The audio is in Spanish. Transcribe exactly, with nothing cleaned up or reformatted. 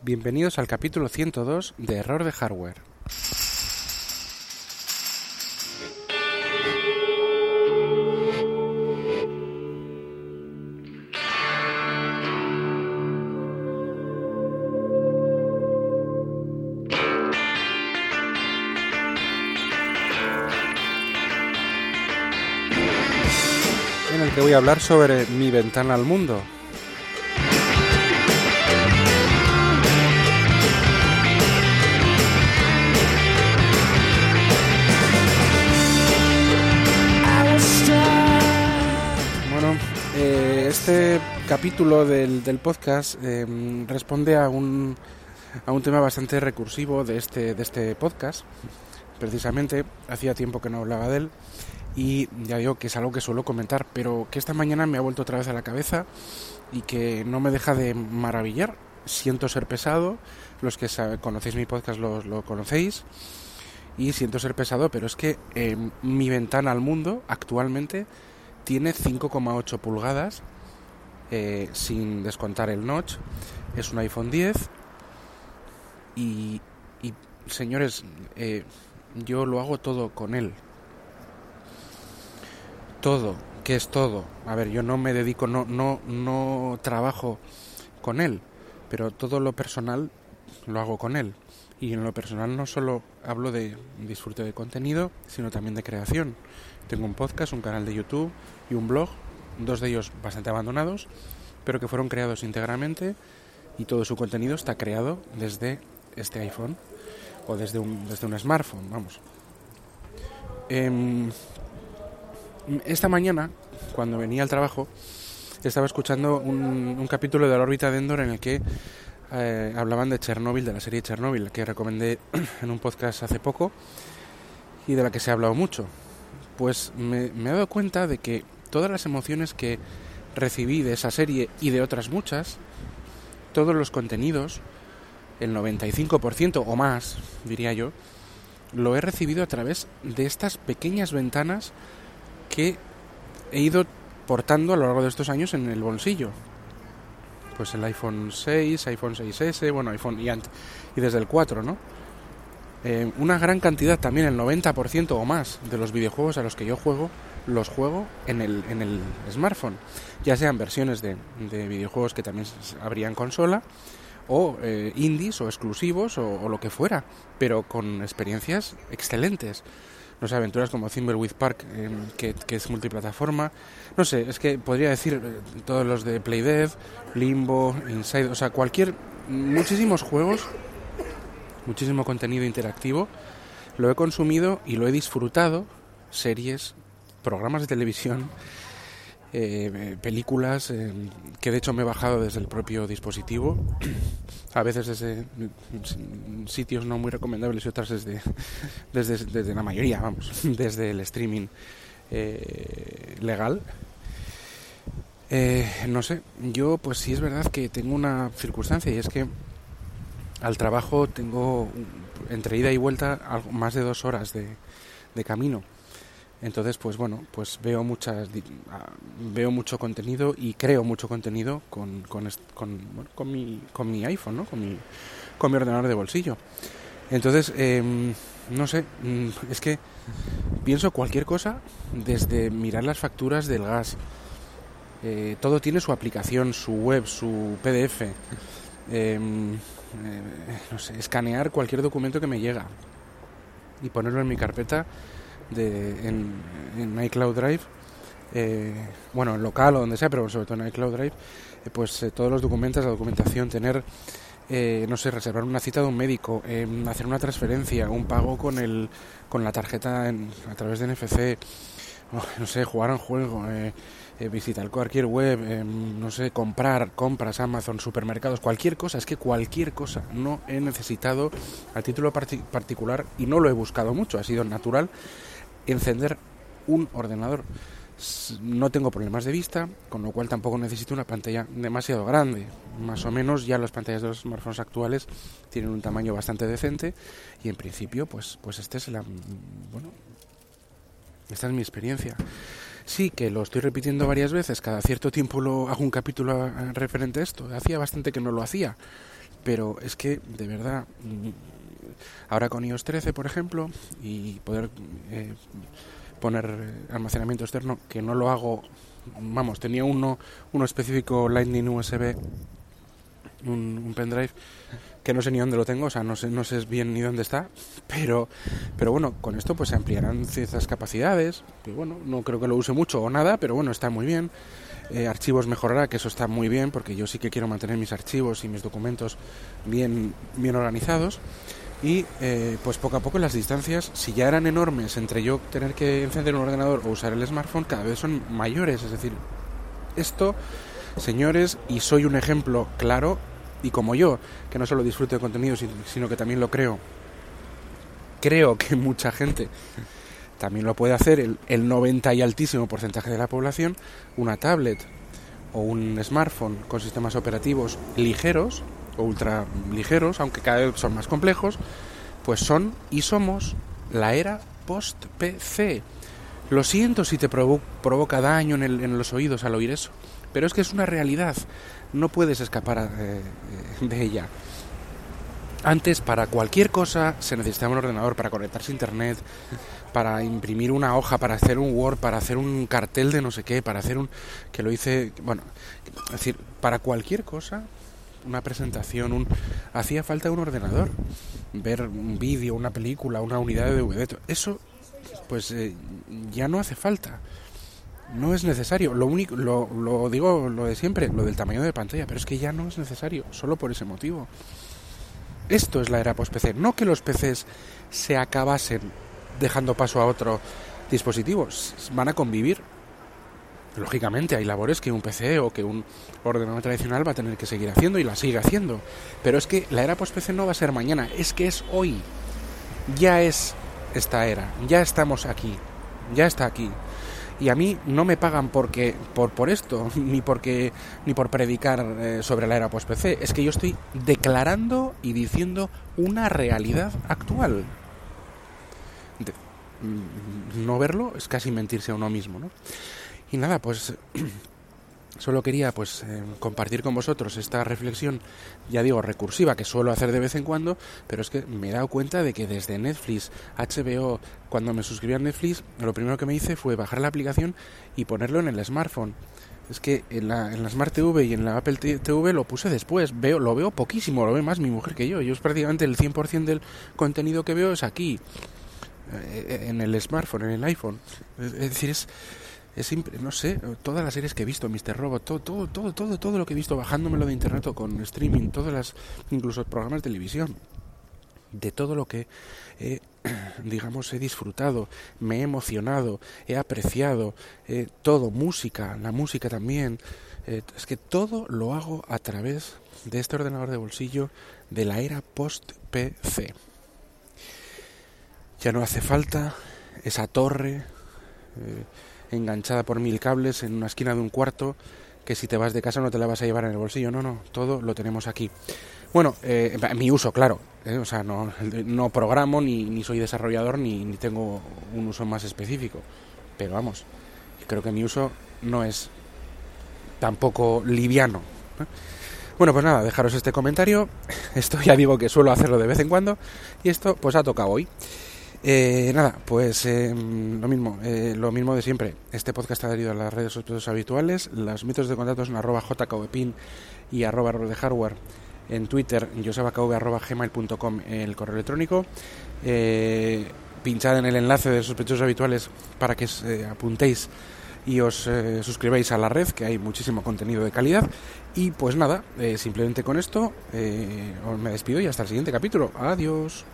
Bienvenidos al capítulo ciento dos de Error de Hardware. En el que voy a hablar sobre mi ventana al mundo. Bueno, eh, este capítulo del, del podcast eh, responde a un, a un tema bastante recursivo de este, de este podcast. Precisamente, hacía tiempo que no hablaba de él. Y ya digo que es algo que suelo comentar, pero que esta mañana me ha vuelto otra vez a la cabeza y que no me deja de maravillar. Siento ser pesado, los que sabe, conocéis mi podcast lo, lo conocéis, y siento ser pesado, pero es que eh, mi ventana al mundo actualmente tiene cinco coma ocho pulgadas, eh, sin descontar el notch. Es un iPhone diez y, y señores, eh, yo lo hago todo con él. Todo, ¿qué es todo? A ver, yo no me dedico, no, no, no trabajo con él, pero todo lo personal lo hago con él. Y en lo personal no solo hablo de disfrute de contenido, sino también de creación. Tengo un podcast, un canal de YouTube y un blog, dos de ellos bastante abandonados, pero que fueron creados íntegramente y todo su contenido está creado desde este iPhone o desde un, desde un smartphone, vamos. Eh, Esta mañana, cuando venía al trabajo, estaba escuchando un, un capítulo de La órbita de Endor en el que eh, hablaban de Chernobyl, de la serie Chernobyl, que recomendé en un podcast hace poco y de la que se ha hablado mucho. Pues me, me he dado cuenta de que todas las emociones que recibí de esa serie y de otras muchas, todos los contenidos, el noventa y cinco por ciento o más, diría yo, lo he recibido a través de estas pequeñas ventanas que he ido portando a lo largo de estos años en el bolsillo. Pues el iPhone seis, iPhone seis ese, bueno, iPhone y, ant- y desde el cuatro, ¿no? Eh, una gran cantidad, también el noventa por ciento o más de los videojuegos a los que yo juego, los juego en el, en el smartphone. Ya sean versiones de, de videojuegos que también habría en consola, o eh, indies o exclusivos o, o lo que fuera, pero con experiencias excelentes. No sé, aventuras como Thimbleweed Park, eh, que, que es multiplataforma. No sé, es que podría decir eh, todos los de Playdead, Limbo, Inside, o sea, cualquier, muchísimos juegos, muchísimo contenido interactivo. Lo he consumido y lo he disfrutado. Series, programas de televisión, eh, películas, eh, que de hecho me he bajado desde el propio dispositivo. A veces desde sitios no muy recomendables y otras desde, desde, desde la mayoría, vamos, desde el streaming eh, legal. Eh, no sé, yo pues sí es verdad que tengo una circunstancia y es que al trabajo tengo entre ida y vuelta algo más de dos horas de, de camino. Entonces, pues bueno, pues veo muchas, veo mucho contenido y creo mucho contenido con con, con, bueno, con mi con mi iPhone, ¿no? Con mi con mi ordenador de bolsillo. Entonces, eh, no sé, es que pienso cualquier cosa, desde mirar las facturas del gas. Eh, todo tiene su aplicación, su web, su P D F. Eh, eh, no sé, escanear cualquier documento que me llega y ponerlo en mi carpeta de en, en iCloud Drive, eh, bueno, en local o donde sea, pero sobre todo en iCloud Drive, eh, pues eh, todos los documentos, la documentación, tener, eh, no sé, reservar una cita de un médico, eh, hacer una transferencia, un pago con el con la tarjeta en, a través de N F C, oh, no sé, jugar a un juego, eh, eh, visitar cualquier web, eh, no sé, comprar, compras, Amazon, supermercados, cualquier cosa, es que cualquier cosa. No he necesitado a título partic- particular y no lo he buscado mucho, ha sido natural encender un ordenador. No tengo problemas de vista, con lo cual tampoco necesito una pantalla demasiado grande. Más o menos ya las pantallas de los smartphones actuales tienen un tamaño bastante decente y en principio pues pues este es la bueno, esta es mi experiencia. Sí, que lo estoy repitiendo varias veces, cada cierto tiempo lo hago un capítulo referente a esto. Hacía bastante que no lo hacía. pero es que, de verdad, ahora con iOS trece, por ejemplo, y poder eh, poner almacenamiento externo, que no lo hago, vamos, tenía uno, uno específico Lightning U S B, un, un pendrive, que no sé ni dónde lo tengo, o sea, no sé, no sé bien ni dónde está, pero, pero bueno, con esto pues se ampliarán ciertas capacidades, que bueno, no creo que lo use mucho o nada, pero bueno, está muy bien. Eh, archivos mejorará, que eso está muy bien, porque yo sí que quiero mantener mis archivos y mis documentos bien, bien organizados. Y eh, pues poco a poco las distancias, si ya eran enormes entre yo tener que encender un ordenador o usar el smartphone, cada vez son mayores. Es decir, esto, señores, y soy un ejemplo claro, y como yo, que no solo disfruto de contenido, sino que también lo creo, creo que mucha gente también lo puede hacer, el, el noventa y altísimo porcentaje de la población, una tablet o un smartphone con sistemas operativos ligeros o ultra ligeros, aunque cada vez son más complejos, pues son y somos la era post-P C. Lo siento si te provo- provoca daño en, el, en los oídos al oír eso, pero es que es una realidad, no puedes escapar eh, de ella. Antes, para cualquier cosa se necesitaba un ordenador para conectarse a internet, para imprimir una hoja, para hacer un Word, para hacer un cartel de no sé qué, para hacer un... que lo hice... bueno, es decir, para cualquier cosa, una presentación, un hacía falta un ordenador. Ver un vídeo, una película, una unidad de D V D, eso, pues eh, ya no hace falta. No es necesario. Lo único, lo, lo digo lo de siempre, lo del tamaño de pantalla, pero es que ya no es necesario, solo por ese motivo. Esto es la era post-P C, no que los P Cs se acabasen dejando paso a otro dispositivo, van a convivir. Lógicamente hay labores que un P C o que un ordenador tradicional va a tener que seguir haciendo y la sigue haciendo, pero es que la era post-P C no va a ser mañana, es que es hoy. Ya es esta era, ya estamos aquí, ya está aquí. Y a mí no me pagan porque por por esto, ni porque ni por predicar eh, sobre la era post-P C. Es que yo estoy declarando y diciendo una realidad actual. De, no verlo es casi mentirse a uno mismo, ¿no? Y nada, pues solo quería pues eh, compartir con vosotros esta reflexión, ya digo, recursiva, que suelo hacer de vez en cuando, pero es que me he dado cuenta de que desde Netflix, H B O, cuando me suscribí a Netflix, lo primero que me hice fue bajar la aplicación y ponerlo en el smartphone. Es que en la, en la Smart T V y en la Apple T V lo puse después, veo lo veo poquísimo, lo ve más mi mujer que yo. Yo es prácticamente el cien por ciento del contenido que veo es aquí, eh, en el smartphone, en el iPhone. Es, es decir, es... Es imp- no sé, todas las series que he visto, míster Robot, todo, todo, todo, todo, todo lo que he visto bajándomelo de internet o con streaming, todas las, incluso programas de televisión, de todo lo que eh, digamos he disfrutado, me he emocionado, he apreciado, eh, todo, música, la música también, eh, es que todo lo hago a través de este ordenador de bolsillo de la era post-P C. Ya no hace falta esa torre eh, enganchada por mil cables en una esquina de un cuarto, que si te vas de casa no te la vas a llevar en el bolsillo. No, no, todo lo tenemos aquí. Bueno, eh, mi uso, claro, eh, o sea, no, no programo, ni, ni soy desarrollador, ni, ni tengo un uso más específico, pero vamos, creo que mi uso no es tampoco liviano, ¿eh? Bueno, pues nada, dejaros este comentario. Esto ya digo que suelo hacerlo de vez en cuando, y esto pues ha tocado hoy. Eh, nada, pues eh, lo mismo, eh, lo mismo de siempre. Este podcast está adherido a las redes sociales habituales. Los métodos de contacto son arroba jkvpin y arroba error de hardware en Twitter, josebakv arroba gmail punto com el correo electrónico. Eh, pinchad en el enlace de sospechosos habituales para que os eh, apuntéis y os eh, suscribáis a la red, que hay muchísimo contenido de calidad. Y pues nada, eh, simplemente con esto eh, me despido y hasta el siguiente capítulo. Adiós.